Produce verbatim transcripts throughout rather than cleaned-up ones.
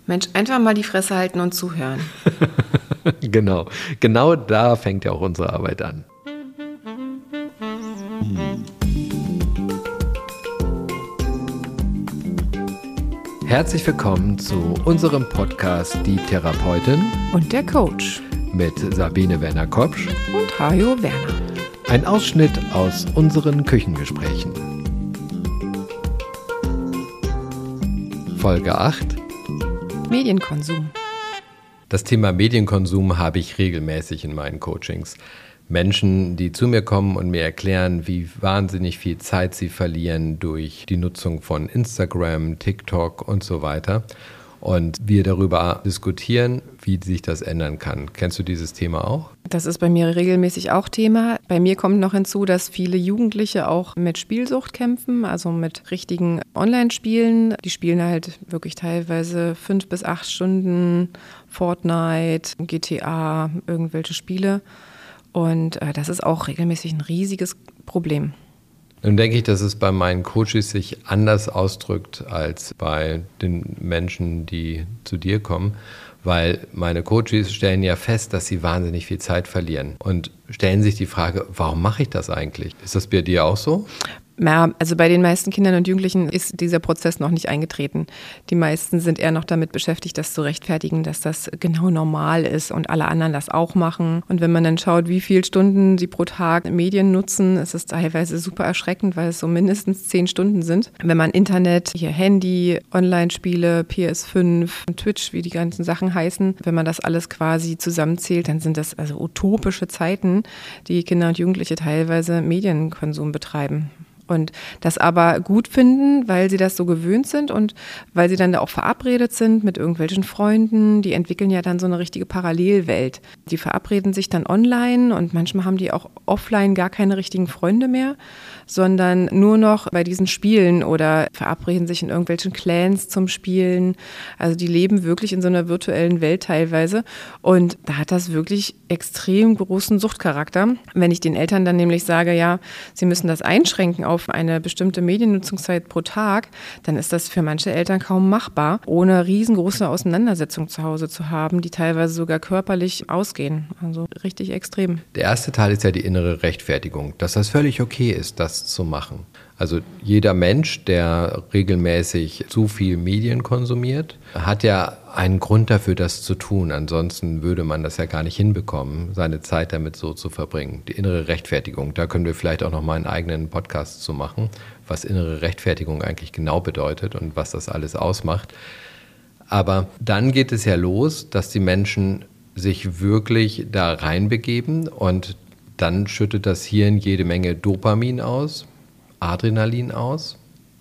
Mensch, einfach mal die Fresse halten und zuhören. Genau, genau da fängt ja auch unsere Arbeit an. Hm. Herzlich willkommen zu unserem Podcast Die Therapeutin und der Coach mit Sabine Werner-Kopsch und Hajo Werner. Ein Ausschnitt aus unseren Küchengesprächen. Folge acht. Medienkonsum. Das Thema Medienkonsum habe ich regelmäßig in meinen Coachings. Menschen, die zu mir kommen und mir erklären, wie wahnsinnig viel Zeit sie verlieren durch die Nutzung von Instagram, TikTok und so weiter. Und wir darüber diskutieren, wie sich das ändern kann. Kennst du dieses Thema auch? Das ist bei mir regelmäßig auch Thema. Bei mir kommt noch hinzu, dass viele Jugendliche auch mit Spielsucht kämpfen, also mit richtigen Online-Spielen. Die spielen halt wirklich teilweise fünf bis acht Stunden Fortnite, G T A, irgendwelche Spiele. Und äh, das ist auch regelmäßig ein riesiges Problem. Nun denke ich, dass es bei meinen Coaches sich anders ausdrückt als bei den Menschen, die zu dir kommen, weil meine Coaches stellen ja fest, dass sie wahnsinnig viel Zeit verlieren und stellen sich die Frage, warum mache ich das eigentlich? Ist das bei dir auch so? Ja, also bei den meisten Kindern und Jugendlichen ist dieser Prozess noch nicht eingetreten. Die meisten sind eher noch damit beschäftigt, das zu rechtfertigen, dass das genau normal ist und alle anderen das auch machen. Und wenn man dann schaut, wie viele Stunden sie pro Tag Medien nutzen, ist es teilweise super erschreckend, weil es so mindestens zehn Stunden sind. Wenn man Internet, hier Handy, Online-Spiele, P S fünf, Twitch, wie die ganzen Sachen heißen, wenn man das alles quasi zusammenzählt, dann sind das also utopische Zeiten, die Kinder und Jugendliche teilweise Medienkonsum betreiben. Und das aber gut finden, weil sie das so gewöhnt sind und weil sie dann da auch verabredet sind mit irgendwelchen Freunden. Die entwickeln ja dann so eine richtige Parallelwelt. Die verabreden sich dann online und manchmal haben die auch offline gar keine richtigen Freunde mehr, sondern nur noch bei diesen Spielen oder verabreden sich in irgendwelchen Clans zum Spielen. Also die leben wirklich in so einer virtuellen Welt teilweise und da hat das wirklich extrem großen Suchtcharakter. Wenn ich den Eltern dann nämlich sage, ja, sie müssen das einschränken auf eine bestimmte Mediennutzungszeit pro Tag, dann ist das für manche Eltern kaum machbar, ohne riesengroße Auseinandersetzung zu Hause zu haben, die teilweise sogar körperlich ausgehen. Also richtig extrem. Der erste Teil ist ja die innere Rechtfertigung, dass das völlig okay ist, das zu machen. Also jeder Mensch, der regelmäßig zu viel Medien konsumiert, hat ja einen Grund dafür, das zu tun. Ansonsten würde man das ja gar nicht hinbekommen, seine Zeit damit so zu verbringen. Die innere Rechtfertigung, da können wir vielleicht auch noch mal einen eigenen Podcast zu machen, was innere Rechtfertigung eigentlich genau bedeutet und was das alles ausmacht. Aber dann geht es ja los, dass die Menschen sich wirklich da reinbegeben und dann schüttet das Hirn jede Menge Dopamin aus, Adrenalin aus.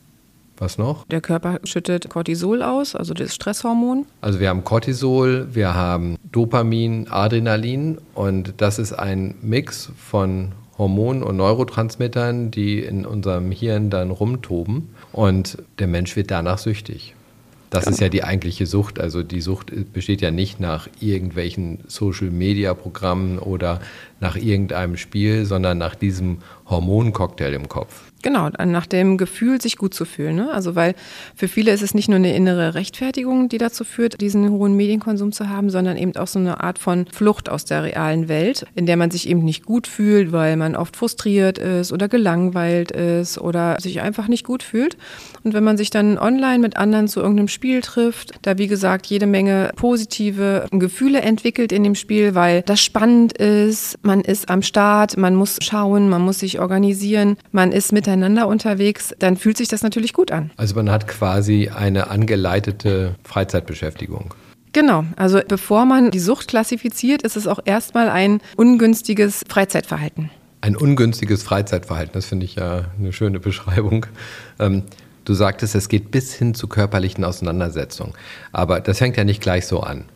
Was noch? Der Körper schüttet Cortisol aus, also das Stresshormon. Also wir haben Cortisol, wir haben Dopamin, Adrenalin und das ist ein Mix von Hormonen und Neurotransmittern, die in unserem Hirn dann rumtoben und der Mensch wird danach süchtig. Das ist ja die eigentliche Sucht. Also die Sucht besteht ja nicht nach irgendwelchen Social-Media-Programmen oder nach irgendeinem Spiel, sondern nach diesem Hormoncocktail im Kopf. Genau, nach dem Gefühl, sich gut zu fühlen. Ne? Also weil für viele ist es nicht nur eine innere Rechtfertigung, die dazu führt, diesen hohen Medienkonsum zu haben, sondern eben auch so eine Art von Flucht aus der realen Welt, in der man sich eben nicht gut fühlt, weil man oft frustriert ist oder gelangweilt ist oder sich einfach nicht gut fühlt. Und wenn man sich dann online mit anderen zu irgendeinem Spiel trifft, da wie gesagt jede Menge positive Gefühle entwickelt in dem Spiel, weil das spannend ist, man ist am Start, man muss schauen, man muss sich organisieren, man ist miteinander unterwegs, dann fühlt sich das natürlich gut an. Also man hat quasi eine angeleitete Freizeitbeschäftigung. Genau, also bevor man die Sucht klassifiziert, ist es auch erstmal ein ungünstiges Freizeitverhalten. Ein ungünstiges Freizeitverhalten, das finde ich ja eine schöne Beschreibung. Ähm, du sagtest, es geht bis hin zu körperlichen Auseinandersetzungen, aber das fängt ja nicht gleich so an.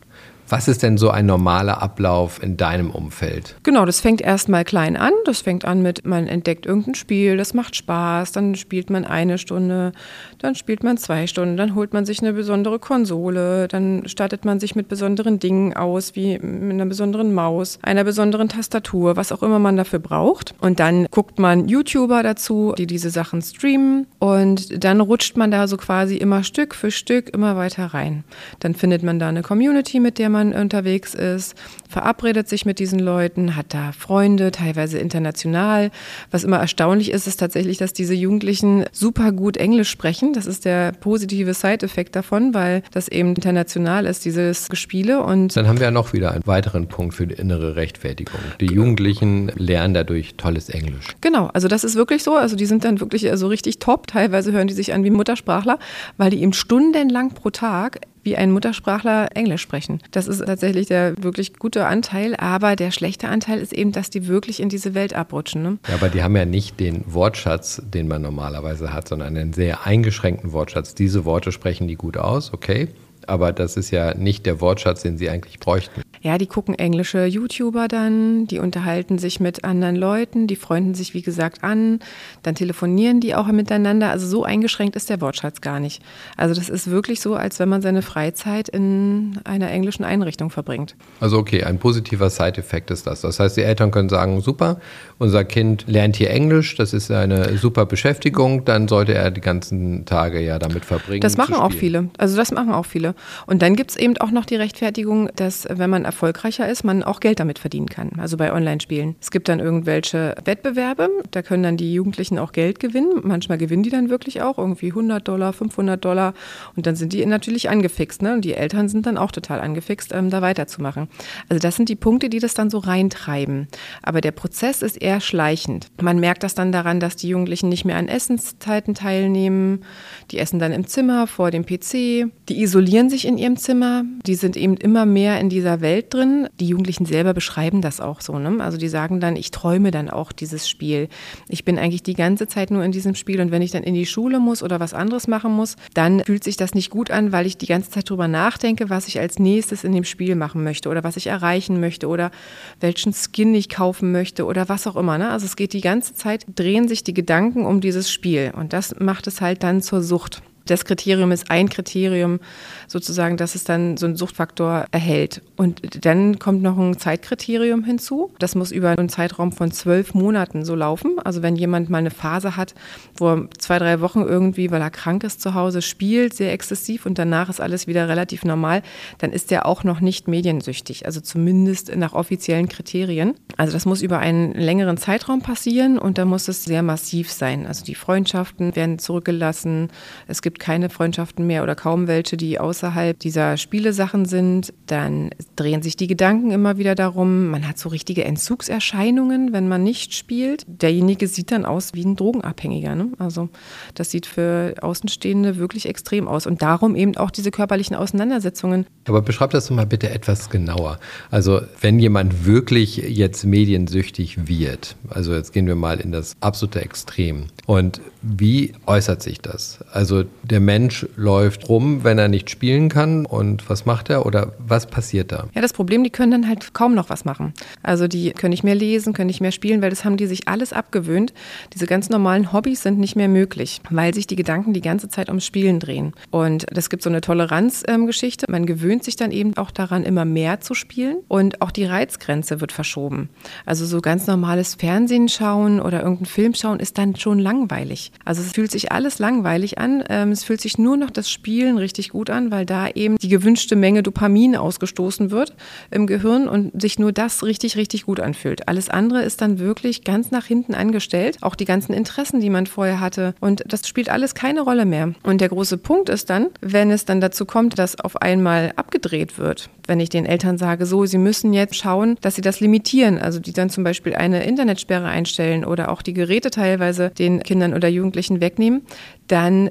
Was ist denn so ein normaler Ablauf in deinem Umfeld? Genau, das fängt erstmal klein an. Das fängt an mit, man entdeckt irgendein Spiel, das macht Spaß, dann spielt man eine Stunde, dann spielt man zwei Stunden, dann holt man sich eine besondere Konsole, dann stattet man sich mit besonderen Dingen aus, wie mit einer besonderen Maus, einer besonderen Tastatur, was auch immer man dafür braucht. Und dann guckt man YouTuber dazu, die diese Sachen streamen, und dann rutscht man da so quasi immer Stück für Stück immer weiter rein. Dann findet man da eine Community, mit der man man unterwegs ist, verabredet sich mit diesen Leuten, hat da Freunde, teilweise international. Was immer erstaunlich ist, ist tatsächlich, dass diese Jugendlichen super gut Englisch sprechen. Das ist der positive Side-Effekt davon, weil das eben international ist, dieses Gespiele. Und dann haben wir ja noch wieder einen weiteren Punkt für die innere Rechtfertigung. Die Jugendlichen lernen dadurch tolles Englisch. Genau, also das ist wirklich so. Also die sind dann wirklich so richtig top. Teilweise hören die sich an wie Muttersprachler, weil die eben stundenlang pro Tag wie ein Muttersprachler Englisch sprechen. Das ist tatsächlich der wirklich gute Anteil, aber der schlechte Anteil ist eben, dass die wirklich in diese Welt abrutschen. Ne? Ja, aber die haben ja nicht den Wortschatz, den man normalerweise hat, sondern einen sehr eingeschränkten Wortschatz. Diese Worte sprechen die gut aus, okay, aber das ist ja nicht der Wortschatz, den sie eigentlich bräuchten. Ja, die gucken englische YouTuber dann, die unterhalten sich mit anderen Leuten, die freunden sich, wie gesagt, an, dann telefonieren die auch miteinander. Also so eingeschränkt ist der Wortschatz gar nicht. Also das ist wirklich so, als wenn man seine Freizeit in einer englischen Einrichtung verbringt. Also okay, ein positiver Side-Effekt ist das. Das heißt, die Eltern können sagen, super, unser Kind lernt hier Englisch, das ist eine super Beschäftigung, dann sollte er die ganzen Tage ja damit verbringen. Das machen auch viele. Also das machen auch viele. Und dann gibt es eben auch noch die Rechtfertigung, dass wenn man erfolgreicher ist, man auch Geld damit verdienen kann, also bei Online-Spielen. Es gibt dann irgendwelche Wettbewerbe, da können dann die Jugendlichen auch Geld gewinnen. Manchmal gewinnen die dann wirklich auch, irgendwie hundert Dollar, fünfhundert Dollar, und dann sind die natürlich angefixt, ne? Und die Eltern sind dann auch total angefixt, ähm, da weiterzumachen. Also das sind die Punkte, die das dann so reintreiben. Aber der Prozess ist eher schleichend. Man merkt das dann daran, dass die Jugendlichen nicht mehr an Essenszeiten teilnehmen, die essen dann im Zimmer vor dem P C, die isolieren sich in ihrem Zimmer, die sind eben immer mehr in dieser Welt drin. Die Jugendlichen selber beschreiben das auch so, ne? Also die sagen dann, ich träume dann auch dieses Spiel. Ich bin eigentlich die ganze Zeit nur in diesem Spiel, und wenn ich dann in die Schule muss oder was anderes machen muss, dann fühlt sich das nicht gut an, weil ich die ganze Zeit drüber nachdenke, was ich als nächstes in dem Spiel machen möchte oder was ich erreichen möchte oder welchen Skin ich kaufen möchte oder was auch immer, ne? Also es geht die ganze Zeit, drehen sich die Gedanken um dieses Spiel, und das macht es halt dann zur Sucht. Das Kriterium ist ein Kriterium sozusagen, dass es dann so einen Suchtfaktor erhält. Und dann kommt noch ein Zeitkriterium hinzu. Das muss über einen Zeitraum von zwölf Monaten so laufen. Also wenn jemand mal eine Phase hat, wo er zwei, drei Wochen irgendwie, weil er krank ist, zu Hause spielt, sehr exzessiv, und danach ist alles wieder relativ normal, dann ist der auch noch nicht mediensüchtig. Also zumindest nach offiziellen Kriterien. Also das muss über einen längeren Zeitraum passieren, und da muss es sehr massiv sein. Also die Freundschaften werden zurückgelassen. Es gibt keine Freundschaften mehr oder kaum welche, die außerhalb dieser Spielesachen sind. Dann drehen sich die Gedanken immer wieder darum. Man hat so richtige Entzugserscheinungen, wenn man nicht spielt. Derjenige sieht dann aus wie ein Drogenabhängiger, ne? Also das sieht für Außenstehende wirklich extrem aus. Und darum eben auch diese körperlichen Auseinandersetzungen. Aber beschreib das doch mal bitte etwas genauer. Also wenn jemand wirklich jetzt mediensüchtig wird, also jetzt gehen wir mal in das absolute Extrem. Und wie äußert sich das? Also der Mensch läuft rum, wenn er nicht spielen kann, und was macht er oder was passiert da? Ja, das Problem, die können dann halt kaum noch was machen. Also die können nicht mehr lesen, können nicht mehr spielen, weil das haben die sich alles abgewöhnt. Diese ganz normalen Hobbys sind nicht mehr möglich, weil sich die Gedanken die ganze Zeit ums Spielen drehen. Und das gibt so eine Toleranzgeschichte. Ähm, Man gewöhnt sich dann eben auch daran, immer mehr zu spielen, und auch die Reizgrenze wird verschoben. Also so ganz normales Fernsehen schauen oder irgendeinen Film schauen ist dann schon langweilig. Also es fühlt sich alles langweilig an. Ähm, es fühlt sich nur noch das Spielen richtig gut an, weil da eben die gewünschte Menge Dopamin ausgestoßen wird im Gehirn und sich nur das richtig, richtig gut anfühlt. Alles andere ist dann wirklich ganz nach hinten angestellt. Auch die ganzen Interessen, die man vorher hatte. Und das spielt alles keine Rolle mehr. Und der große Punkt ist dann, wenn es dann dazu kommt, dass auf einmal abgedreht wird. Wenn ich den Eltern sage, so, sie müssen jetzt schauen, dass sie das limitieren. Also die dann zum Beispiel eine Internetsperre einstellen oder auch die Geräte teilweise den Kindern oder Jugendlichen wegnehmen. Dann wird natürlich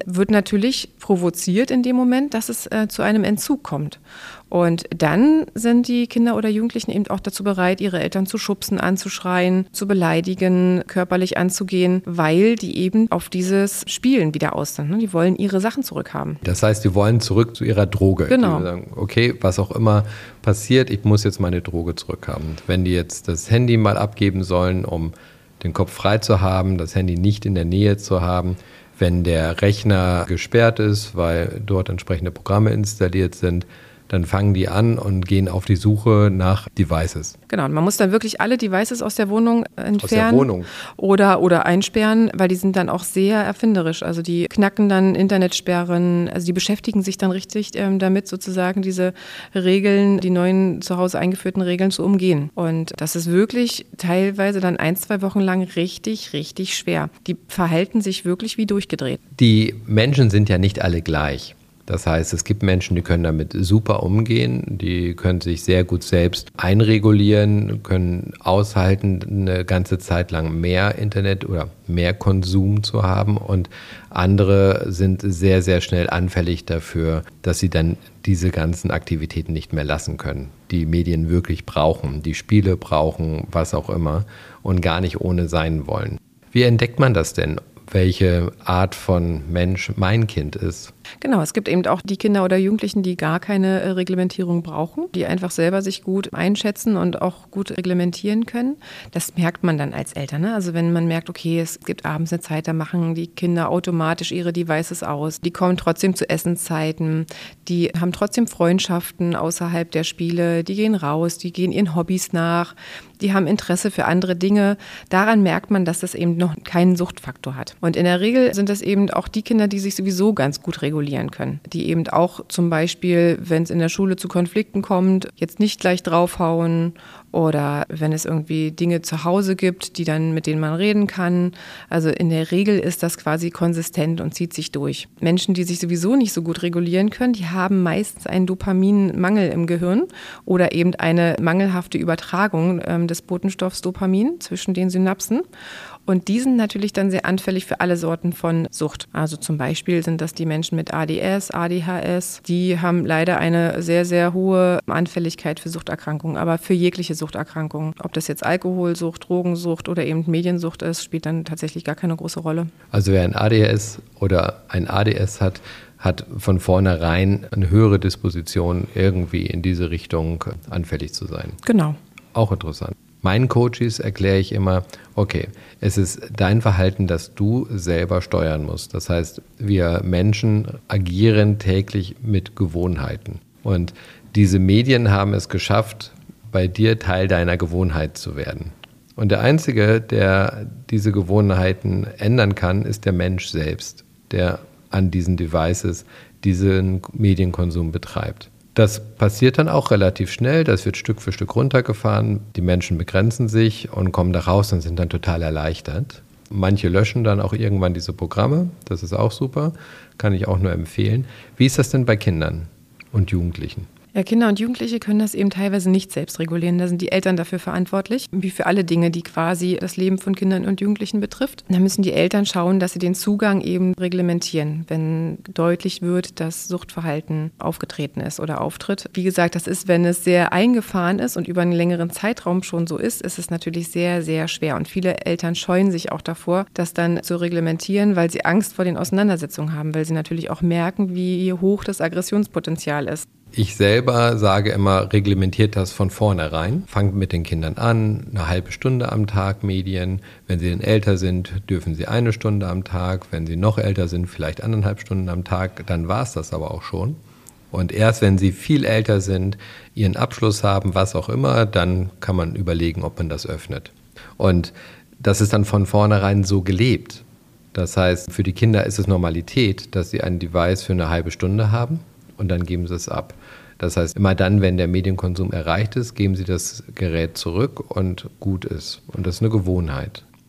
natürlich provoziert in dem Moment, dass es äh, zu einem Entzug kommt. Und dann sind die Kinder oder Jugendlichen eben auch dazu bereit, ihre Eltern zu schubsen, anzuschreien, zu beleidigen, körperlich anzugehen, weil die eben auf dieses Spielen wieder aus sind. Die wollen ihre Sachen zurückhaben. Das heißt, die wollen zurück zu ihrer Droge. Genau. Die sagen, okay, was auch immer passiert, ich muss jetzt meine Droge zurückhaben. Wenn die jetzt das Handy mal abgeben sollen, um den Kopf frei zu haben, das Handy nicht in der Nähe zu haben, wenn der Rechner gesperrt ist, weil dort entsprechende Programme installiert sind, dann fangen die an und gehen auf die Suche nach Devices. Genau, und man muss dann wirklich alle Devices aus der Wohnung entfernen. Aus der Wohnung. Oder, oder einsperren, weil die sind dann auch sehr erfinderisch. Also die knacken dann Internetsperren, also die beschäftigen sich dann richtig ähm, damit, sozusagen diese Regeln, die neuen zu Hause eingeführten Regeln zu umgehen. Und das ist wirklich teilweise dann ein, zwei Wochen lang richtig, richtig schwer. Die verhalten sich wirklich wie durchgedreht. Die Menschen sind ja nicht alle gleich. Das heißt, es gibt Menschen, die können damit super umgehen, die können sich sehr gut selbst einregulieren, können aushalten, eine ganze Zeit lang mehr Internet oder mehr Konsum zu haben, und andere sind sehr, sehr schnell anfällig dafür, dass sie dann diese ganzen Aktivitäten nicht mehr lassen können, die Medien wirklich brauchen, die Spiele brauchen, was auch immer, und gar nicht ohne sein wollen. Wie entdeckt man das denn? Welche Art von Mensch mein Kind ist? Genau, es gibt eben auch die Kinder oder Jugendlichen, die gar keine äh, Reglementierung brauchen, die einfach selber sich gut einschätzen und auch gut reglementieren können. Das merkt man dann als Eltern. Ne? Also wenn man merkt, okay, es gibt abends eine Zeit, da machen die Kinder automatisch ihre Devices aus. Die kommen trotzdem zu Essenszeiten, die haben trotzdem Freundschaften außerhalb der Spiele, die gehen raus, die gehen ihren Hobbys nach, die haben Interesse für andere Dinge. Daran merkt man, dass das eben noch keinen Suchtfaktor hat. Und in der Regel sind das eben auch die Kinder, die sich sowieso ganz gut regulieren können. Die eben auch zum Beispiel, wenn es in der Schule zu Konflikten kommt, jetzt nicht gleich draufhauen, oder wenn es irgendwie Dinge zu Hause gibt, die dann, mit denen man reden kann. Also in der Regel ist das quasi konsistent und zieht sich durch. Menschen, die sich sowieso nicht so gut regulieren können, die haben meistens einen Dopaminmangel im Gehirn oder eben eine mangelhafte Übertragung ähm, des Botenstoffs Dopamin zwischen den Synapsen. Und die sind natürlich dann sehr anfällig für alle Sorten von Sucht. Also zum Beispiel sind das die Menschen mit A D S, A D H S. Die haben leider eine sehr, sehr hohe Anfälligkeit für Suchterkrankungen, aber für jegliche Suchterkrankungen. Ob das jetzt Alkoholsucht, Drogensucht oder eben Mediensucht ist, spielt dann tatsächlich gar keine große Rolle. Also wer ein A D H S oder ein A D S hat, hat von vornherein eine höhere Disposition, irgendwie in diese Richtung anfällig zu sein. Genau. Auch interessant. Meinen Coaches erkläre ich immer, okay, es ist dein Verhalten, das du selber steuern musst. Das heißt, wir Menschen agieren täglich mit Gewohnheiten. Und diese Medien haben es geschafft, bei dir Teil deiner Gewohnheit zu werden. Und der Einzige, der diese Gewohnheiten ändern kann, ist der Mensch selbst, der an diesen Devices diesen Medienkonsum betreibt. Das passiert dann auch relativ schnell, das wird Stück für Stück runtergefahren, die Menschen begrenzen sich und kommen da raus und sind dann total erleichtert. Manche löschen dann auch irgendwann diese Programme, das ist auch super, kann ich auch nur empfehlen. Wie ist das denn bei Kindern und Jugendlichen? Ja, Kinder und Jugendliche können das eben teilweise nicht selbst regulieren. Da sind die Eltern dafür verantwortlich, wie für alle Dinge, die quasi das Leben von Kindern und Jugendlichen betrifft. Da müssen die Eltern schauen, dass sie den Zugang eben reglementieren, wenn deutlich wird, dass Suchtverhalten aufgetreten ist oder auftritt. Wie gesagt, das ist, wenn es sehr eingefahren ist und über einen längeren Zeitraum schon so ist, ist es natürlich sehr, sehr schwer. Und viele Eltern scheuen sich auch davor, das dann zu reglementieren, weil sie Angst vor den Auseinandersetzungen haben, weil sie natürlich auch merken, wie hoch das Aggressionspotenzial ist. Ich selber sage immer, reglementiert das von vornherein. Fangt mit den Kindern an, eine halbe Stunde am Tag Medien. Wenn sie denn älter sind, dürfen sie eine Stunde am Tag. Wenn sie noch älter sind, vielleicht anderthalb Stunden am Tag. Dann war es das aber auch schon. Und erst wenn sie viel älter sind, ihren Abschluss haben, was auch immer, dann kann man überlegen, ob man das öffnet. Und das ist dann von vornherein so gelebt. Das heißt, für die Kinder ist es Normalität, dass sie ein Device für eine halbe Stunde haben. Und dann geben sie es ab. Das heißt, immer dann, wenn der Medienkonsum erreicht ist, geben sie das Gerät zurück und gut ist. Und das ist eine Gewohnheit.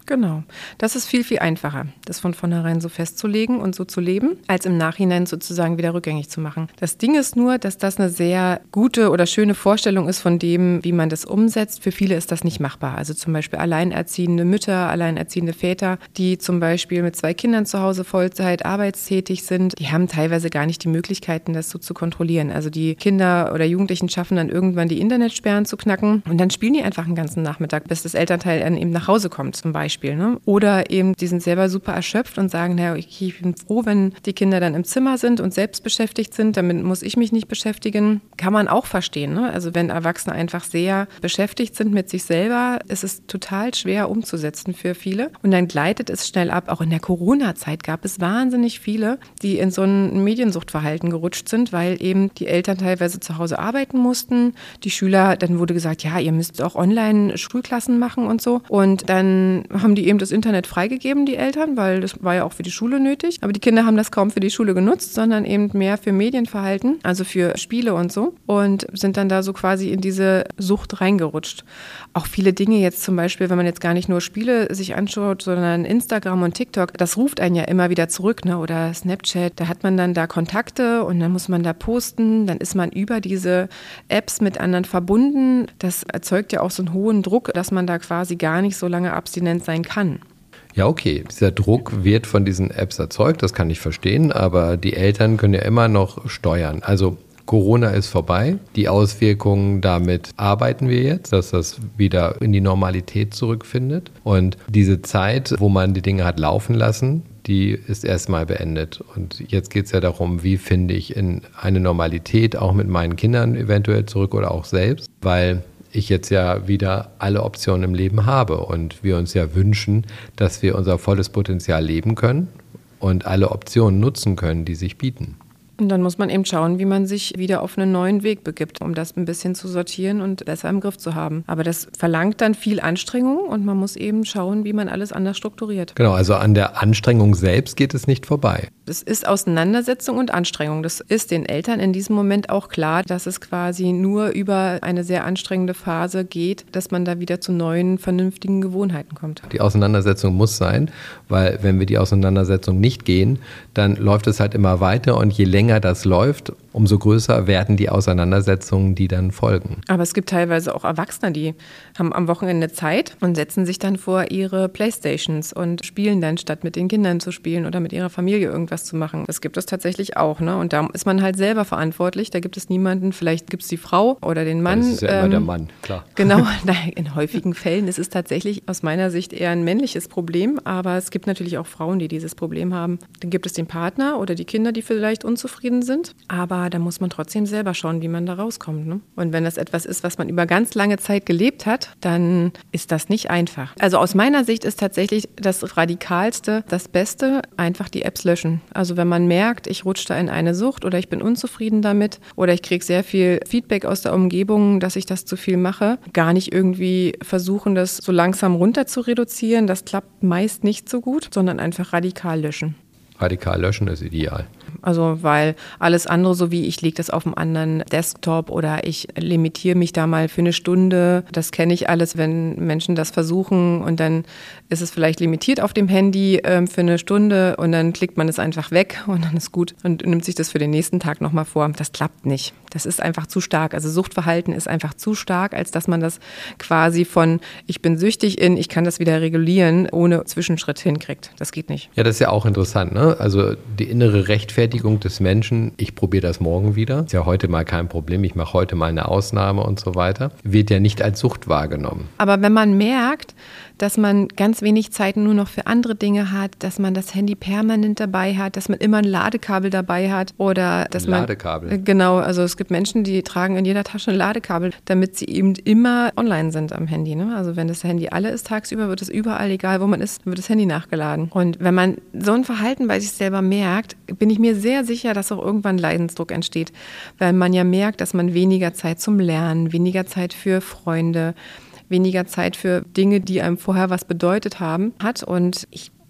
Genau. Das ist viel, viel einfacher, das von vornherein so festzulegen und so zu leben, als im Nachhinein sozusagen wieder rückgängig zu machen. Das Ding ist nur, dass das eine sehr gute oder schöne Vorstellung ist von dem, wie man das umsetzt. Für viele ist das nicht machbar. Also zum Beispiel alleinerziehende Mütter, alleinerziehende Väter, die zum Beispiel mit zwei Kindern zu Hause Vollzeit arbeitstätig sind, die haben teilweise gar nicht die Möglichkeiten, das so zu kontrollieren. Also die Kinder oder Jugendlichen schaffen dann irgendwann die Internetsperren zu knacken und dann spielen die einfach einen ganzen Nachmittag, bis das Elternteil dann eben nach Hause kommt zum Beispiel. Ne? Oder eben, die sind selber super erschöpft und sagen, naja, ich bin froh, wenn die Kinder dann im Zimmer sind und selbst beschäftigt sind, damit muss ich mich nicht beschäftigen. Kann man auch verstehen. Ne? Also wenn Erwachsene einfach sehr beschäftigt sind mit sich selber, ist es total schwer umzusetzen für viele. Und dann gleitet es schnell ab. Auch in der Corona-Zeit gab es wahnsinnig viele, die in so ein Mediensuchtverhalten gerutscht sind, weil eben die Eltern teilweise zu Hause arbeiten mussten. Die Schüler, dann wurde gesagt, ja, ihr müsst auch Online-Schulklassen machen und so. Und dann haben die eben das Internet freigegeben, die Eltern, weil das war ja auch für die Schule nötig. Aber die Kinder haben das kaum für die Schule genutzt, sondern eben mehr für Medienverhalten, also für Spiele und so. Und sind dann da so quasi in diese Sucht reingerutscht. Auch viele Dinge jetzt zum Beispiel, wenn man jetzt gar nicht nur Spiele sich anschaut, sondern Instagram und TikTok, das ruft einen ja immer wieder zurück, ne? Oder Snapchat, da hat man dann da Kontakte und dann muss man da posten, dann ist man über diese Apps mit anderen verbunden. Das erzeugt ja auch so einen hohen Druck, dass man da quasi gar nicht so lange abstinent sein kann. Ja, okay. Dieser Druck wird von diesen Apps erzeugt, das kann ich verstehen, aber die Eltern können ja immer noch steuern. Also Corona ist vorbei. Die Auswirkungen, damit arbeiten wir jetzt, dass das wieder in die Normalität zurückfindet. Und diese Zeit, wo man die Dinge hat laufen lassen, die ist erstmal beendet. Und jetzt geht es ja darum, wie finde ich in eine Normalität auch mit meinen Kindern eventuell zurück oder auch selbst, weil ich jetzt ja wieder alle Optionen im Leben habe und wir uns ja wünschen, dass wir unser volles Potenzial leben können und alle Optionen nutzen können, die sich bieten. Und dann muss man eben schauen, wie man sich wieder auf einen neuen Weg begibt, um das ein bisschen zu sortieren und besser im Griff zu haben. Aber das verlangt dann viel Anstrengung und man muss eben schauen, wie man alles anders strukturiert. Genau, also an der Anstrengung selbst geht es nicht vorbei. Es ist Auseinandersetzung und Anstrengung. Das ist den Eltern in diesem Moment auch klar, dass es quasi nur über eine sehr anstrengende Phase geht, dass man da wieder zu neuen, vernünftigen Gewohnheiten kommt. Die Auseinandersetzung muss sein, weil wenn wir die Auseinandersetzung nicht gehen, dann läuft es halt immer weiter und je länger das läuft, umso größer werden die Auseinandersetzungen, die dann folgen. Aber es gibt teilweise auch Erwachsene, die haben am Wochenende Zeit und setzen sich dann vor ihre Playstations und spielen dann, statt mit den Kindern zu spielen oder mit ihrer Familie irgendwas zu machen. Das gibt es tatsächlich auch, ne? Und da ist man halt selber verantwortlich. Da gibt es niemanden, vielleicht gibt es die Frau oder den Mann. Das ist ja ähm, immer der Mann, klar. Genau, in häufigen Fällen ist es tatsächlich aus meiner Sicht eher ein männliches Problem, aber es gibt natürlich auch Frauen, die dieses Problem haben. Dann gibt es den Partner oder die Kinder, die vielleicht unzufrieden sind, aber da muss man trotzdem selber schauen, wie man da rauskommt, ne? Und wenn das etwas ist, was man über ganz lange Zeit gelebt hat, dann ist das nicht einfach. Also aus meiner Sicht ist tatsächlich das Radikalste, das Beste, einfach die Apps löschen. Also wenn man merkt, ich rutsche da in eine Sucht oder ich bin unzufrieden damit oder ich kriege sehr viel Feedback aus der Umgebung, dass ich das zu viel mache, gar nicht irgendwie versuchen, das so langsam runter zu reduzieren. Das klappt meist nicht so gut, sondern einfach radikal löschen. Radikal löschen ist ideal. Also weil alles andere, so wie ich lege das auf einem anderen Desktop oder ich limitiere mich da mal für eine Stunde, das kenne ich alles, wenn Menschen das versuchen und dann ist es vielleicht limitiert auf dem Handy ähm, für eine Stunde und dann klickt man es einfach weg und dann ist gut und nimmt sich das für den nächsten Tag nochmal vor. Das klappt nicht. Das ist einfach zu stark. Also Suchtverhalten ist einfach zu stark, als dass man das quasi von ich bin süchtig in, ich kann das wieder regulieren, ohne Zwischenschritt hinkriegt. Das geht nicht. Ja, das ist ja auch interessant, ne? Also die innere Rechtfertigung des Menschen, ich probiere das morgen wieder, ist ja heute mal kein Problem, ich mache heute mal eine Ausnahme und so weiter, wird ja nicht als Sucht wahrgenommen. Aber wenn man merkt, dass man ganz wenig Zeit nur noch für andere Dinge hat, dass man das Handy permanent dabei hat, dass man immer ein Ladekabel dabei hat oder dass ein man Ladekabel. Genau, also es gibt Menschen, die tragen in jeder Tasche ein Ladekabel, damit sie eben immer online sind am Handy, ne? Also wenn das Handy alle ist tagsüber, wird es überall, egal wo man ist, wird das Handy nachgeladen. Und wenn man so ein Verhalten bei sich selber merkt, bin ich mir sehr sicher, dass auch irgendwann Leidensdruck entsteht, weil man ja merkt, dass man weniger Zeit zum Lernen, weniger Zeit für Freunde, weniger Zeit für Dinge, die einem vorher was bedeutet haben, hat. Und ich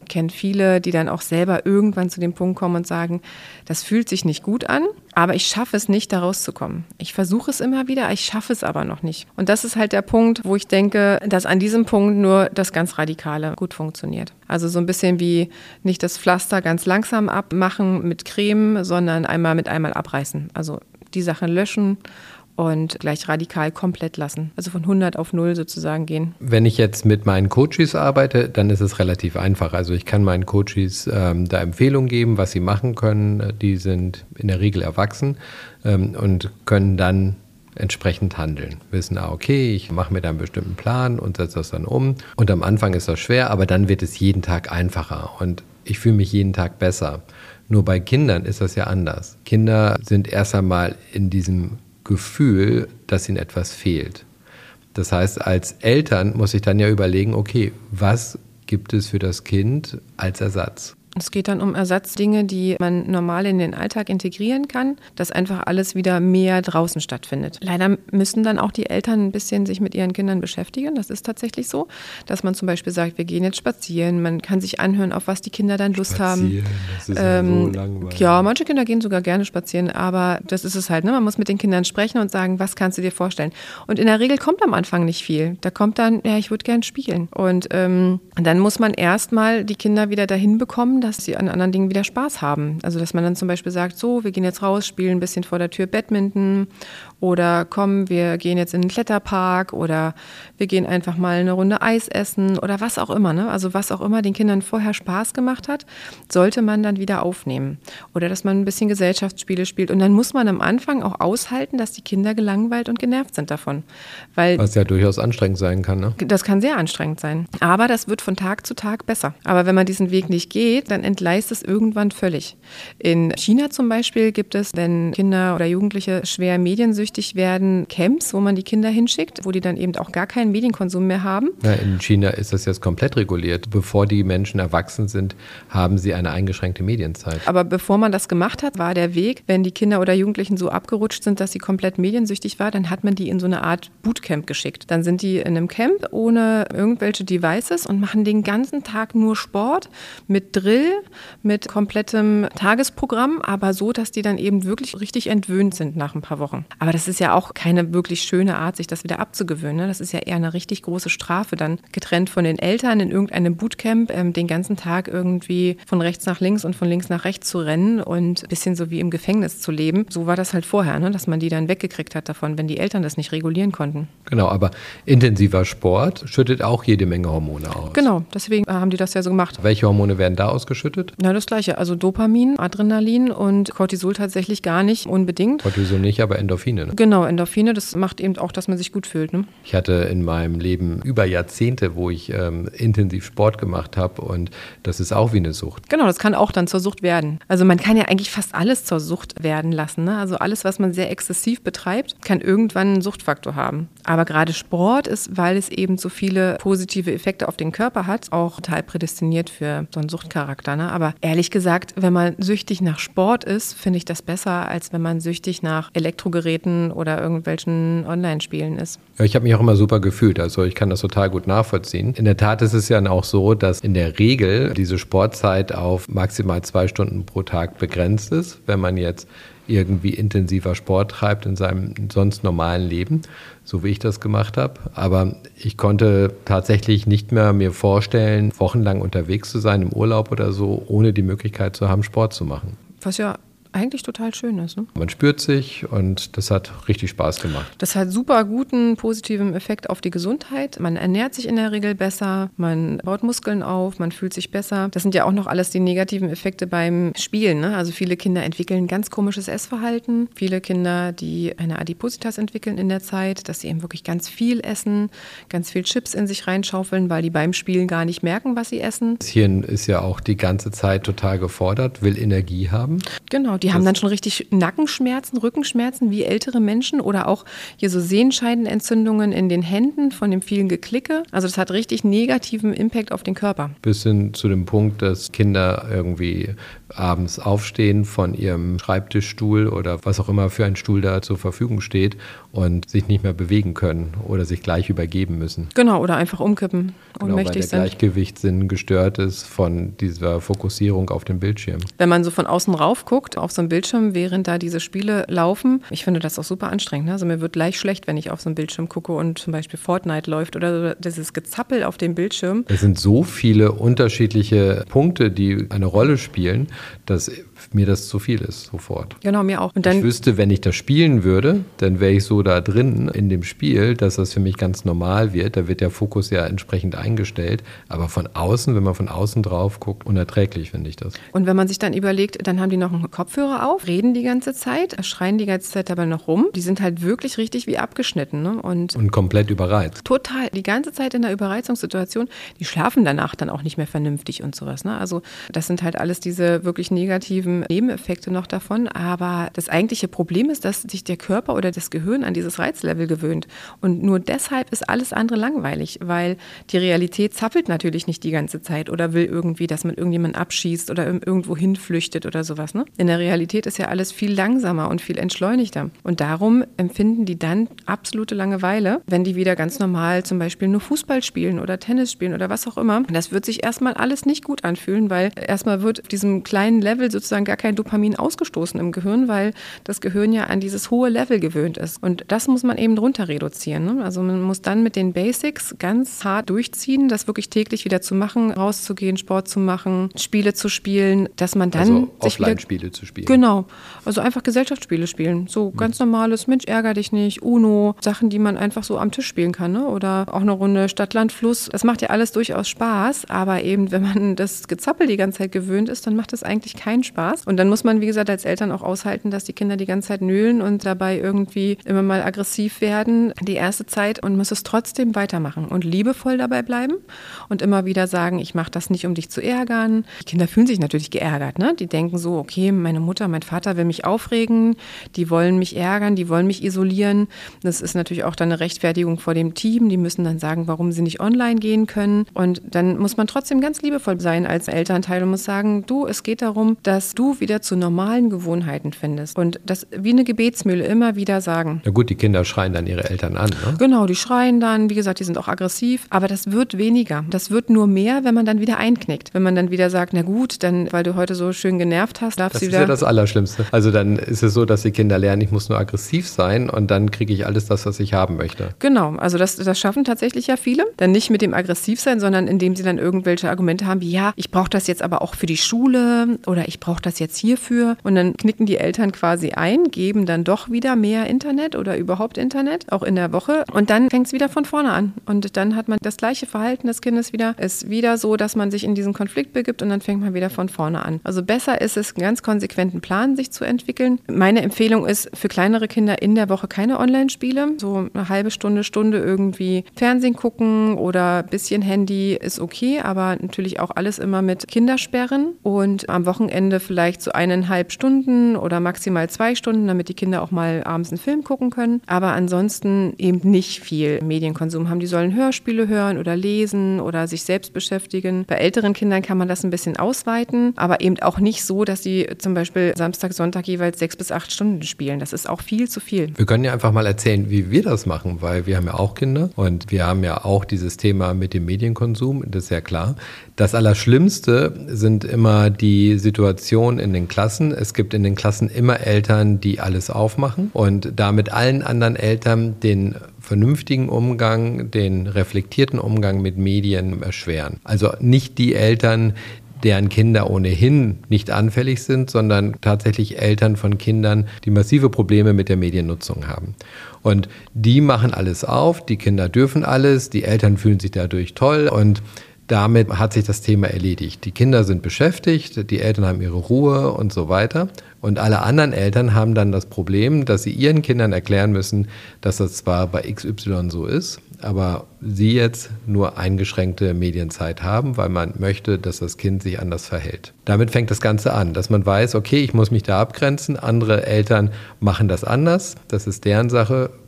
kenne viele, die dann auch selber irgendwann zu dem Punkt kommen und sagen, das fühlt sich nicht gut an, aber ich schaffe es nicht, da rauszukommen. Ich versuche es immer wieder, ich schaffe es aber noch nicht. Und das ist halt der Punkt, wo ich denke, dass an diesem Punkt nur das ganz Radikale gut funktioniert. Also so ein bisschen wie nicht das Pflaster ganz langsam abmachen mit Creme, sondern einmal mit einmal abreißen. Also die Sachen löschen und gleich radikal komplett lassen. Also von hundert auf null sozusagen gehen. Wenn ich jetzt mit meinen Coaches arbeite, dann ist es relativ einfach. Also ich kann meinen Coaches ähm, da Empfehlungen geben, was sie machen können. Die sind in der Regel erwachsen ähm, und können dann entsprechend handeln. Wissen, ah, okay, ich mache mir da einen bestimmten Plan und setze das dann um. Und am Anfang ist das schwer, aber dann wird es jeden Tag einfacher und ich fühle mich jeden Tag besser. Nur bei Kindern ist das ja anders. Kinder sind erst einmal in diesem Gefühl, dass ihnen etwas fehlt. Das heißt, als Eltern muss ich dann ja überlegen, okay, was gibt es für das Kind als Ersatz? Es geht dann um Ersatzdinge, die man normal in den Alltag integrieren kann, dass einfach alles wieder mehr draußen stattfindet. Leider müssen dann auch die Eltern ein bisschen sich mit ihren Kindern beschäftigen. Das ist tatsächlich so, dass man zum Beispiel sagt, wir gehen jetzt spazieren. Man kann sich anhören, auf was die Kinder dann Lust spazieren, haben. Das ist ja ähm, so langweilig. Ja, manche Kinder gehen sogar gerne spazieren, aber das ist es halt. Ne? Man muss mit den Kindern sprechen und sagen, was kannst du dir vorstellen? Und in der Regel kommt am Anfang nicht viel. Da kommt dann, ja, ich würde gern spielen. Und ähm, dann muss man erstmal die Kinder wieder dahin bekommen, dass sie an anderen Dingen wieder Spaß haben. Also dass man dann zum Beispiel sagt, so, wir gehen jetzt raus, spielen ein bisschen vor der Tür Badminton oder komm, wir gehen jetzt in den Kletterpark oder wir gehen einfach mal eine Runde Eis essen oder was auch immer. Ne? Also was auch immer den Kindern vorher Spaß gemacht hat, sollte man dann wieder aufnehmen. Oder dass man ein bisschen Gesellschaftsspiele spielt. Und dann muss man am Anfang auch aushalten, dass die Kinder gelangweilt und genervt sind davon. Weil was ja durchaus anstrengend sein kann. Ne? Das kann sehr anstrengend sein. Aber das wird von Tag zu Tag besser. Aber wenn man diesen Weg nicht geht, dann entgleist es irgendwann völlig. In China zum Beispiel gibt es, wenn Kinder oder Jugendliche schwer mediensüchtig werden, Camps, wo man die Kinder hinschickt, wo die dann eben auch gar keinen Medienkonsum mehr haben. Ja, in China ist das jetzt komplett reguliert. Bevor die Menschen erwachsen sind, haben sie eine eingeschränkte Medienzeit. Aber bevor man das gemacht hat, war der Weg, wenn die Kinder oder Jugendlichen so abgerutscht sind, dass sie komplett mediensüchtig war, dann hat man die in so eine Art Bootcamp geschickt. Dann sind die in einem Camp ohne irgendwelche Devices und machen den ganzen Tag nur Sport mit Drill, mit komplettem Tagesprogramm, aber so, dass die dann eben wirklich richtig entwöhnt sind nach ein paar Wochen. Aber das ist ja auch keine wirklich schöne Art, sich das wieder abzugewöhnen. Ne? Das ist ja eher eine richtig große Strafe, dann getrennt von den Eltern in irgendeinem Bootcamp ähm, den ganzen Tag irgendwie von rechts nach links und von links nach rechts zu rennen und ein bisschen so wie im Gefängnis zu leben. So war das halt vorher, ne? Dass man die dann weggekriegt hat davon, wenn die Eltern das nicht regulieren konnten. Genau, aber intensiver Sport schüttet auch jede Menge Hormone aus. Genau, deswegen haben die das ja so gemacht. Welche Hormone werden da ausgeschüttet? Na, das Gleiche. Also Dopamin, Adrenalin und Cortisol tatsächlich gar nicht unbedingt. Cortisol nicht, aber Endorphine. Ne? Genau, Endorphine, das macht eben auch, dass man sich gut fühlt. Ne? Ich hatte in meinem Leben über Jahrzehnte, wo ich ähm, intensiv Sport gemacht habe und das ist auch wie eine Sucht. Genau, das kann auch dann zur Sucht werden. Also man kann ja eigentlich fast alles zur Sucht werden lassen. Ne? Also alles, was man sehr exzessiv betreibt, kann irgendwann einen Suchtfaktor haben. Aber gerade Sport ist, weil es eben so viele positive Effekte auf den Körper hat, auch total prädestiniert für so einen Suchtcharakter. Ne? Aber ehrlich gesagt, wenn man süchtig nach Sport ist, finde ich das besser, als wenn man süchtig nach Elektrogeräten oder irgendwelchen Online-Spielen ist. Ja, ich habe mich auch immer super gefühlt, also ich kann das total gut nachvollziehen. In der Tat ist es ja auch so, dass in der Regel diese Sportzeit auf maximal zwei Stunden pro Tag begrenzt ist, wenn man jetzt irgendwie intensiver Sport treibt in seinem sonst normalen Leben, so wie ich das gemacht habe. Aber ich konnte tatsächlich nicht mehr mir vorstellen, wochenlang unterwegs zu sein im Urlaub oder so, ohne die Möglichkeit zu haben, Sport zu machen. Was ja eigentlich total schön ist. Ne? Man spürt sich und das hat richtig Spaß gemacht. Das hat super guten, positiven Effekt auf die Gesundheit. Man ernährt sich in der Regel besser, man baut Muskeln auf, man fühlt sich besser. Das sind ja auch noch alles die negativen Effekte beim Spielen. Ne? Also viele Kinder entwickeln ein ganz komisches Essverhalten. Viele Kinder, die eine Adipositas entwickeln in der Zeit, dass sie eben wirklich ganz viel essen, ganz viel Chips in sich reinschaufeln, weil die beim Spielen gar nicht merken, was sie essen. Das Hirn ist ja auch die ganze Zeit total gefordert, will Energie haben. Genau, die haben dann schon richtig Nackenschmerzen, Rückenschmerzen wie ältere Menschen oder auch hier so Sehenscheidenentzündungen in den Händen von dem vielen Geklicke. Also das hat richtig negativen Impact auf den Körper. Bis hin zu dem Punkt, dass Kinder irgendwie abends aufstehen von ihrem Schreibtischstuhl oder was auch immer für ein Stuhl da zur Verfügung steht und sich nicht mehr bewegen können oder sich gleich übergeben müssen. Genau, oder einfach umkippen, genau, ohnmächtig weil der sind. Gleichgewichtssinn gestört ist von dieser Fokussierung auf den Bildschirm. Wenn man so von außen rauf guckt, auf so einem Bildschirm, während da diese Spiele laufen, ich finde das auch super anstrengend. Ne? Also mir wird gleich schlecht, wenn ich auf so einen Bildschirm gucke und zum Beispiel Fortnite läuft oder dieses Gezappel auf dem Bildschirm. Es sind so viele unterschiedliche Punkte, die eine Rolle spielen, dass mir das zu viel ist, sofort. Genau, mir auch. Und dann, ich wüsste, wenn ich das spielen würde, dann wäre ich so da drin in dem Spiel, dass das für mich ganz normal wird. Da wird der Fokus ja entsprechend eingestellt. Aber von außen, wenn man von außen drauf guckt, unerträglich finde ich das. Und wenn man sich dann überlegt, dann haben die noch einen Kopfhörer auf, reden die ganze Zeit, schreien die ganze Zeit dabei noch rum. Die sind halt wirklich richtig wie abgeschnitten. Ne? Und, Und komplett überreizt. Total. Die ganze Zeit in der Überreizungssituation. Die schlafen danach dann auch nicht mehr vernünftig und sowas. Ne? Also das sind halt alles diese wirklich negativen Nebeneffekte noch davon. Aber das eigentliche Problem ist, dass sich der Körper oder das Gehirn an dieses Reizlevel gewöhnt. Und nur deshalb ist alles andere langweilig, weil die Realität zappelt natürlich nicht die ganze Zeit oder will irgendwie, dass man irgendjemanden abschießt oder irgendwo hinflüchtet oder sowas. Ne? In der Realität ist ja alles viel langsamer und viel entschleunigter. Und darum empfinden die dann absolute Langeweile, wenn die wieder ganz normal zum Beispiel nur Fußball spielen oder Tennis spielen oder was auch immer. Das wird sich erstmal alles nicht gut anfühlen, weil erstmal wird auf diesem kleinen Level sozusagen gar kein Dopamin ausgestoßen im Gehirn, weil das Gehirn ja an dieses hohe Level gewöhnt ist. Und das muss man eben runter reduzieren. Ne? Also man muss dann mit den Basics ganz hart durchziehen, das wirklich täglich wieder zu machen, rauszugehen, Sport zu machen, Spiele zu spielen, dass man dann also sich wieder... Offline-Spiele zu spielen. Genau. Also einfach Gesellschaftsspiele spielen. So ganz normales, Mensch, ärger dich nicht, Uno, Sachen, die man einfach so am Tisch spielen kann. Ne? Oder auch eine Runde Stadt, Land, Fluss. Das macht ja alles durchaus Spaß, aber eben, wenn man das Gezappel die ganze Zeit gewöhnt ist, dann macht das eigentlich keinen Spaß. Und dann muss man, wie gesagt, als Eltern auch aushalten, dass die Kinder die ganze Zeit nölen und dabei irgendwie immer mal aggressiv werden, die erste Zeit, und muss es trotzdem weitermachen und liebevoll dabei bleiben und immer wieder sagen, ich mache das nicht, um dich zu ärgern. Die Kinder fühlen sich natürlich geärgert, ne? Die denken so, okay, meine Mutter, mein Vater will mich aufregen, die wollen mich ärgern, die wollen mich isolieren. Das ist natürlich auch dann eine Rechtfertigung vor dem Team. Die müssen dann sagen, warum sie nicht online gehen können. Und dann muss man trotzdem ganz liebevoll sein als Elternteil und muss sagen, du, es geht darum, dass du wieder zu normalen Gewohnheiten findest. Und das wie eine Gebetsmühle immer wieder sagen. Na gut, die Kinder schreien dann ihre Eltern an, ne? Genau, die schreien dann, wie gesagt, die sind auch aggressiv. Aber das wird weniger. Das wird nur mehr, wenn man dann wieder einknickt. Wenn man dann wieder sagt, na gut, dann, weil du heute so schön genervt hast, darfst du wieder... Das ist ja das Allerschlimmste. Also dann ist es so, dass die Kinder lernen, ich muss nur aggressiv sein und dann kriege ich alles das, was ich haben möchte. Genau, also das, das schaffen tatsächlich ja viele. Dann nicht mit dem Aggressivsein, sondern indem sie dann irgendwelche Argumente haben, wie ja, ich brauche das jetzt aber auch für die Schule oder ich brauche das jetzt hierfür. Und dann knicken die Eltern quasi ein, geben dann doch wieder mehr Internet oder überhaupt Internet, auch in der Woche. Und dann fängt es wieder von vorne an. Und dann hat man das gleiche Verhalten des Kindes wieder. Ist wieder so, dass man sich in diesen Konflikt begibt und dann fängt man wieder von vorne an. Also besser ist es, einen ganz konsequenten Plan sich zu entwickeln. Meine Empfehlung ist für kleinere Kinder in der Woche keine Online-Spiele. So eine halbe Stunde, Stunde irgendwie Fernsehen gucken oder ein bisschen Handy ist okay, aber natürlich auch alles immer mit Kindersperren und am Wochenende vielleicht so eineinhalb Stunden oder maximal zwei Stunden, damit die Kinder auch mal abends einen Film gucken können. Aber ansonsten eben nicht viel Medienkonsum haben. Die sollen Hörspiele hören oder lesen oder sich selbst beschäftigen. Bei älteren Kindern kann man das ein bisschen ausweiten, aber eben auch nicht so, dass sie zum Beispiel Samstag, Sonntag jeweils sechs bis acht Stunden spielen. Das ist auch viel zu viel. Wir können ja einfach mal erzählen, wie wir das machen, weil wir haben ja auch Kinder und wir haben ja auch dieses Thema mit dem Medienkonsum, das ist ja klar. Das Allerschlimmste sind immer die Situationen in den Klassen. Es gibt in den Klassen immer Eltern, die alles aufmachen und damit allen anderen Eltern den vernünftigen Umgang, den reflektierten Umgang mit Medien erschweren. Also nicht die Eltern, deren Kinder ohnehin nicht anfällig sind, sondern tatsächlich Eltern von Kindern, die massive Probleme mit der Mediennutzung haben. Und die machen alles auf, die Kinder dürfen alles, die Eltern fühlen sich dadurch toll und damit hat sich das Thema erledigt. Die Kinder sind beschäftigt, die Eltern haben ihre Ruhe und so weiter. Und alle anderen Eltern haben dann das Problem, dass sie ihren Kindern erklären müssen, dass das zwar bei X Y so ist, aber sie jetzt nur eingeschränkte Medienzeit haben, weil man möchte, dass das Kind sich anders verhält. Damit fängt das Ganze an, dass man weiß, okay, ich muss mich da abgrenzen, andere Eltern machen das anders, das ist deren Sache.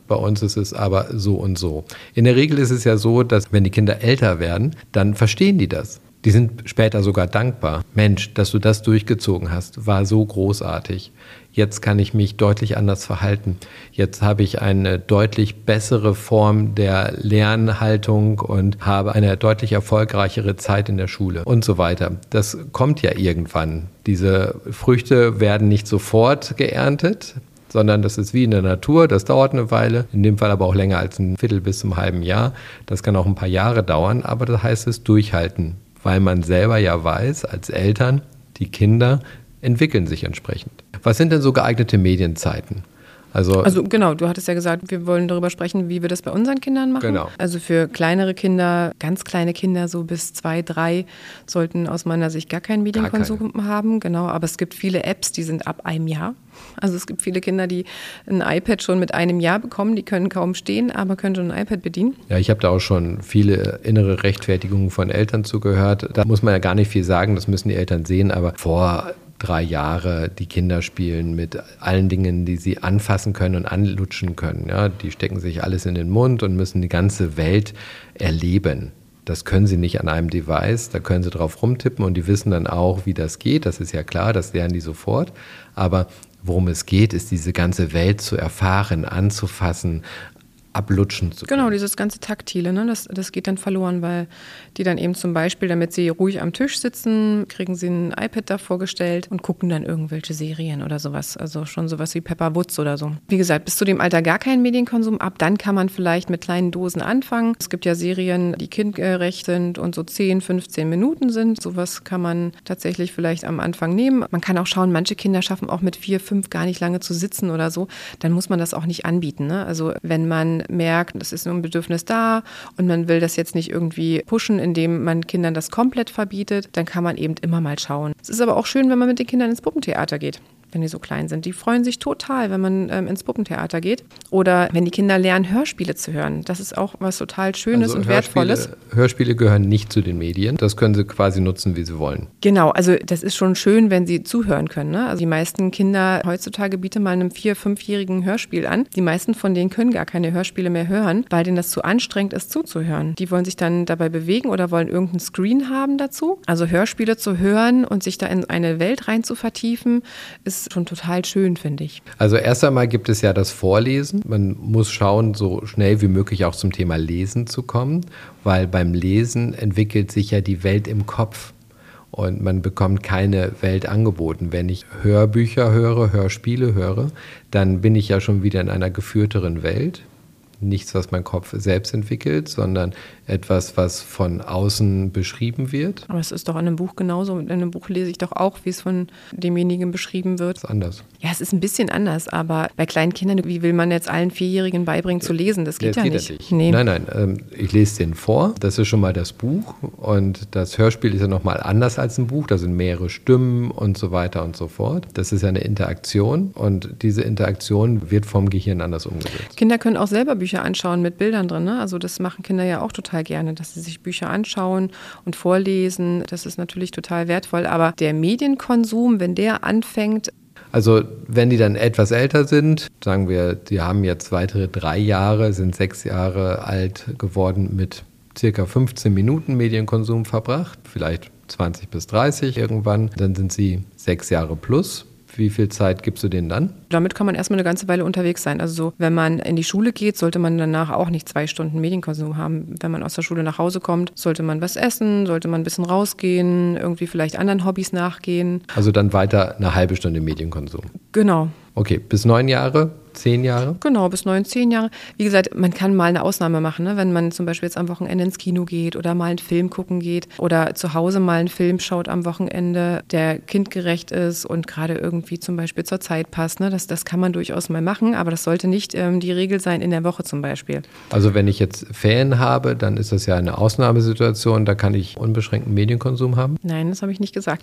bei uns ist es aber so und so. In der Regel ist es ja so, dass wenn die Kinder älter werden, dann verstehen die das. Die sind später sogar dankbar. Mensch, dass du das durchgezogen hast, war so großartig. Jetzt kann ich mich deutlich anders verhalten. Jetzt habe ich eine deutlich bessere Form der Lernhaltung und habe eine deutlich erfolgreichere Zeit in der Schule und so weiter. Das kommt ja irgendwann. Diese Früchte werden nicht sofort geerntet, sondern das ist wie in der Natur, das dauert eine Weile, in dem Fall aber auch länger als ein Viertel bis zum halben Jahr. Das kann auch ein paar Jahre dauern, aber das heißt es durchhalten, weil man selber ja weiß, als Eltern, die Kinder entwickeln sich entsprechend. Was sind denn so geeignete Medienzeiten? Also, also genau, du hattest ja gesagt, wir wollen darüber sprechen, wie wir das bei unseren Kindern machen. Genau. Also für kleinere Kinder, ganz kleine Kinder, so bis zwei, drei, sollten aus meiner Sicht gar keinen Medienkonsum gar haben. Genau, aber es gibt viele Apps, die sind ab einem Jahr. Also es gibt viele Kinder, die ein iPad schon mit einem Jahr bekommen, die können kaum stehen, aber können schon ein iPad bedienen. Ja, ich habe da auch schon viele innere Rechtfertigungen von Eltern zugehört. Da muss man ja gar nicht viel sagen, das müssen die Eltern sehen, aber vor drei Jahre die Kinder spielen mit allen Dingen, die sie anfassen können und anlutschen können. Ja, die stecken sich alles in den Mund und müssen die ganze Welt erleben. Das können sie nicht an einem Device, da können sie drauf rumtippen und die wissen dann auch, wie das geht. Das ist ja klar, das lernen die sofort. Aber worum es geht, ist diese ganze Welt zu erfahren, anzufassen, ablutschen zu können. Genau, dieses ganze Taktile, ne? das, das geht dann verloren, weil die dann eben zum Beispiel, damit sie ruhig am Tisch sitzen, kriegen sie ein iPad da vorgestellt und gucken dann irgendwelche Serien oder sowas, also schon sowas wie Pepper Woods oder so. Wie gesagt, bis zu dem Alter gar keinen Medienkonsum, ab dann kann man vielleicht mit kleinen Dosen anfangen. Es gibt ja Serien, die kindgerecht sind und so zehn, fünfzehn Minuten sind. Sowas kann man tatsächlich vielleicht am Anfang nehmen. Man kann auch schauen, manche Kinder schaffen auch mit vier, fünf gar nicht lange zu sitzen oder so. Dann muss man das auch nicht anbieten, ne? Also wenn man merkt, es ist nur ein Bedürfnis da und man will das jetzt nicht irgendwie pushen, indem man Kindern das komplett verbietet, dann kann man eben immer mal schauen. Es ist aber auch schön, wenn man mit den Kindern ins Puppentheater geht, wenn die so klein sind. Die freuen sich total, wenn man ähm, ins Puppentheater geht. Oder wenn die Kinder lernen, Hörspiele zu hören. Das ist auch was total Schönes also und Hörspiele, Wertvolles. Hörspiele gehören nicht zu den Medien. Das können sie quasi nutzen, wie sie wollen. Genau, also das ist schon schön, wenn sie zuhören können, ne? Also die meisten Kinder heutzutage bieten mal einem vier-, fünfjährigen Hörspiel an. Die meisten von denen können gar keine Hörspiele mehr hören, weil denen das zu anstrengend ist, zuzuhören. Die wollen sich dann dabei bewegen oder wollen irgendeinen Screen haben dazu. Also Hörspiele zu hören und sich da in eine Welt rein zu vertiefen, ist schon total schön, finde ich. Also erst einmal gibt es ja das Vorlesen. Man muss schauen, so schnell wie möglich auch zum Thema Lesen zu kommen, weil beim Lesen entwickelt sich ja die Welt im Kopf und man bekommt keine Welt angeboten. Wenn ich Hörbücher höre, Hörspiele höre, dann bin ich ja schon wieder in einer geführteren Welt. Nichts, was mein Kopf selbst entwickelt, sondern etwas, was von außen beschrieben wird. Aber es ist doch in einem Buch genauso. In einem Buch lese ich doch auch, wie es von demjenigen beschrieben wird. Das ist anders. Ja, es ist ein bisschen anders, aber bei kleinen Kindern, wie will man jetzt allen Vierjährigen beibringen zu lesen? Das geht das ja geht nicht. nicht. Nee. Nein, nein, ähm, ich lese den vor. Das ist schon mal das Buch und das Hörspiel ist ja nochmal anders als ein Buch. Da sind mehrere Stimmen und so weiter und so fort. Das ist ja eine Interaktion und diese Interaktion wird vom Gehirn anders umgesetzt. Kinder können auch selber Bücher anschauen mit Bildern drin, ne? Also das machen Kinder ja auch total gerne, dass sie sich Bücher anschauen und vorlesen. Das ist natürlich total wertvoll, aber der Medienkonsum, wenn der anfängt. Also wenn die dann etwas älter sind, sagen wir, die haben jetzt weitere drei Jahre, sind sechs Jahre alt geworden, mit circa fünfzehn Minuten Medienkonsum verbracht, vielleicht zwanzig bis dreißig irgendwann, dann sind sie sechs Jahre plus. Wie viel Zeit gibst du denen dann? Damit kann man erstmal eine ganze Weile unterwegs sein. Also so, wenn man in die Schule geht, sollte man danach auch nicht zwei Stunden Medienkonsum haben. Wenn man aus der Schule nach Hause kommt, sollte man was essen, sollte man ein bisschen rausgehen, irgendwie vielleicht anderen Hobbys nachgehen. Also dann weiter eine halbe Stunde Medienkonsum. Genau. Okay, bis neun Jahre, zehn Jahre? Genau, bis neun, zehn Jahre. Wie gesagt, man kann mal eine Ausnahme machen, ne? Wenn man zum Beispiel jetzt am Wochenende ins Kino geht oder mal einen Film gucken geht oder zu Hause mal einen Film schaut am Wochenende, der kindgerecht ist und gerade irgendwie zum Beispiel zur Zeit passt. Ne? Das, das kann man durchaus mal machen, aber das sollte nicht ähm, die Regel sein in der Woche zum Beispiel. Also wenn ich jetzt Ferien habe, dann ist das ja eine Ausnahmesituation, da kann ich unbeschränkten Medienkonsum haben? Nein, das habe ich nicht gesagt.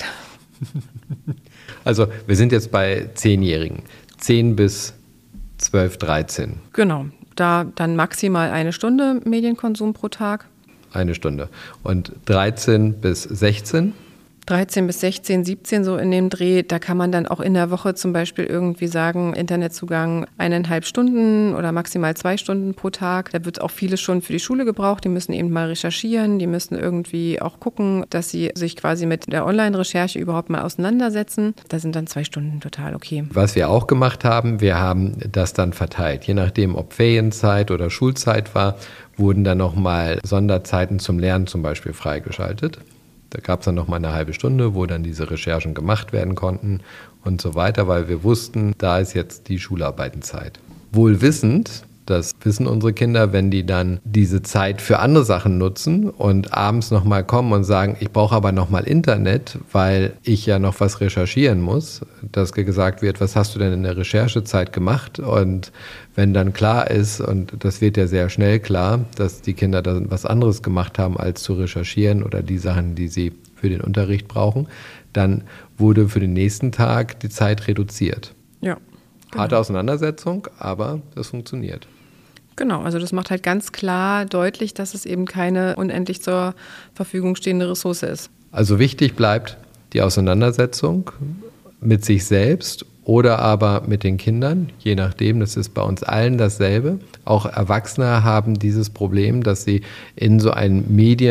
Also wir sind jetzt bei Zehnjährigen, zehn bis zwölf, dreizehn. Genau, da dann maximal eine Stunde Medienkonsum pro Tag. Eine Stunde. Und dreizehn bis sechzehn? dreizehn bis sechzehn, siebzehn so in dem Dreh, da kann man dann auch in der Woche zum Beispiel irgendwie sagen, Internetzugang eineinhalb Stunden oder maximal zwei Stunden pro Tag. Da wird auch vieles schon für die Schule gebraucht. Die müssen eben mal recherchieren, die müssen irgendwie auch gucken, dass sie sich quasi mit der Online-Recherche überhaupt mal auseinandersetzen. Da sind dann zwei Stunden total okay. Was wir auch gemacht haben, wir haben das dann verteilt. Je nachdem, ob Ferienzeit oder Schulzeit war, wurden dann nochmal Sonderzeiten zum Lernen zum Beispiel freigeschaltet. Da gab es dann nochmal eine halbe Stunde, wo dann diese Recherchen gemacht werden konnten und so weiter, weil wir wussten, da ist jetzt die Schularbeitenzeit. Wohl wissend, das wissen unsere Kinder, wenn die dann diese Zeit für andere Sachen nutzen und abends nochmal kommen und sagen, ich brauche aber nochmal Internet, weil ich ja noch was recherchieren muss, dass gesagt wird, was hast du denn in der Recherchezeit gemacht? Und wenn dann klar ist, und das wird ja sehr schnell klar, dass die Kinder dann was anderes gemacht haben, als zu recherchieren oder die Sachen, die sie für den Unterricht brauchen, dann wurde für den nächsten Tag die Zeit reduziert. Ja. Genau. Harte Auseinandersetzung, aber das funktioniert. Genau, also das macht halt ganz klar deutlich, dass es eben keine unendlich zur Verfügung stehende Ressource ist. Also wichtig bleibt die Auseinandersetzung mit sich selbst oder aber mit den Kindern, je nachdem, das ist bei uns allen dasselbe. Auch Erwachsene haben dieses Problem, dass sie in so ein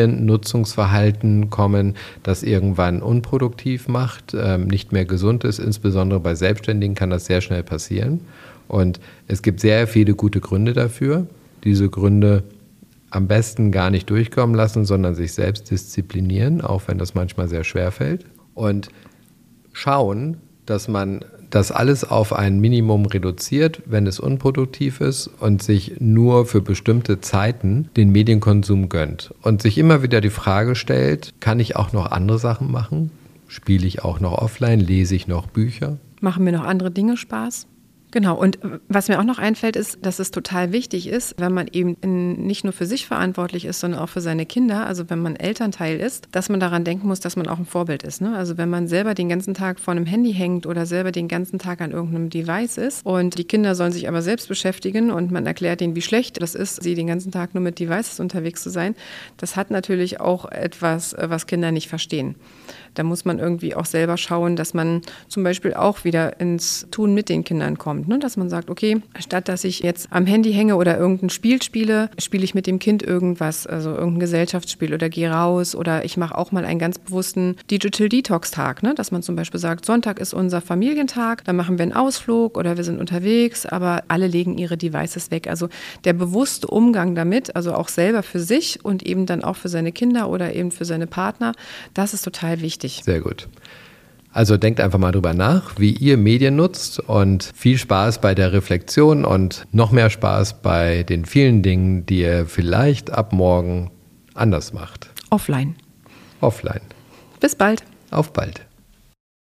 Mediennutzungsverhalten kommen, das irgendwann unproduktiv macht, nicht mehr gesund ist. Insbesondere bei Selbstständigen kann das sehr schnell passieren. Und es gibt sehr viele gute Gründe dafür. Diese Gründe am besten gar nicht durchkommen lassen, sondern sich selbst disziplinieren, auch wenn das manchmal sehr schwer fällt. Und schauen, dass man das alles auf ein Minimum reduziert, wenn es unproduktiv ist und sich nur für bestimmte Zeiten den Medienkonsum gönnt. Und sich immer wieder die Frage stellt, kann ich auch noch andere Sachen machen? Spiele ich auch noch offline? Lese ich noch Bücher? Machen mir noch andere Dinge Spaß? Genau, und was mir auch noch einfällt, ist, dass es total wichtig ist, wenn man eben in, nicht nur für sich verantwortlich ist, sondern auch für seine Kinder, also wenn man Elternteil ist, dass man daran denken muss, dass man auch ein Vorbild ist. Ne? Also wenn man selber den ganzen Tag vor einem Handy hängt oder selber den ganzen Tag an irgendeinem Device ist und die Kinder sollen sich aber selbst beschäftigen und man erklärt ihnen, wie schlecht das ist, sie den ganzen Tag nur mit Devices unterwegs zu sein, das hat natürlich auch etwas, was Kinder nicht verstehen. Da muss man irgendwie auch selber schauen, dass man zum Beispiel auch wieder ins Tun mit den Kindern kommt. Ne? Dass man sagt, okay, statt dass ich jetzt am Handy hänge oder irgendein Spiel spiele, spiele ich mit dem Kind irgendwas, also irgendein Gesellschaftsspiel oder gehe raus oder ich mache auch mal einen ganz bewussten Digital Detox-Tag. Ne? Dass man zum Beispiel sagt, Sonntag ist unser Familientag, da machen wir einen Ausflug oder wir sind unterwegs, aber alle legen ihre Devices weg. Also der bewusste Umgang damit, also auch selber für sich und eben dann auch für seine Kinder oder eben für seine Partner, das ist total wichtig. Sehr gut. Also denkt einfach mal drüber nach, wie ihr Medien nutzt und viel Spaß bei der Reflexion und noch mehr Spaß bei den vielen Dingen, die ihr vielleicht ab morgen anders macht. Offline. Offline. Bis bald. Auf bald.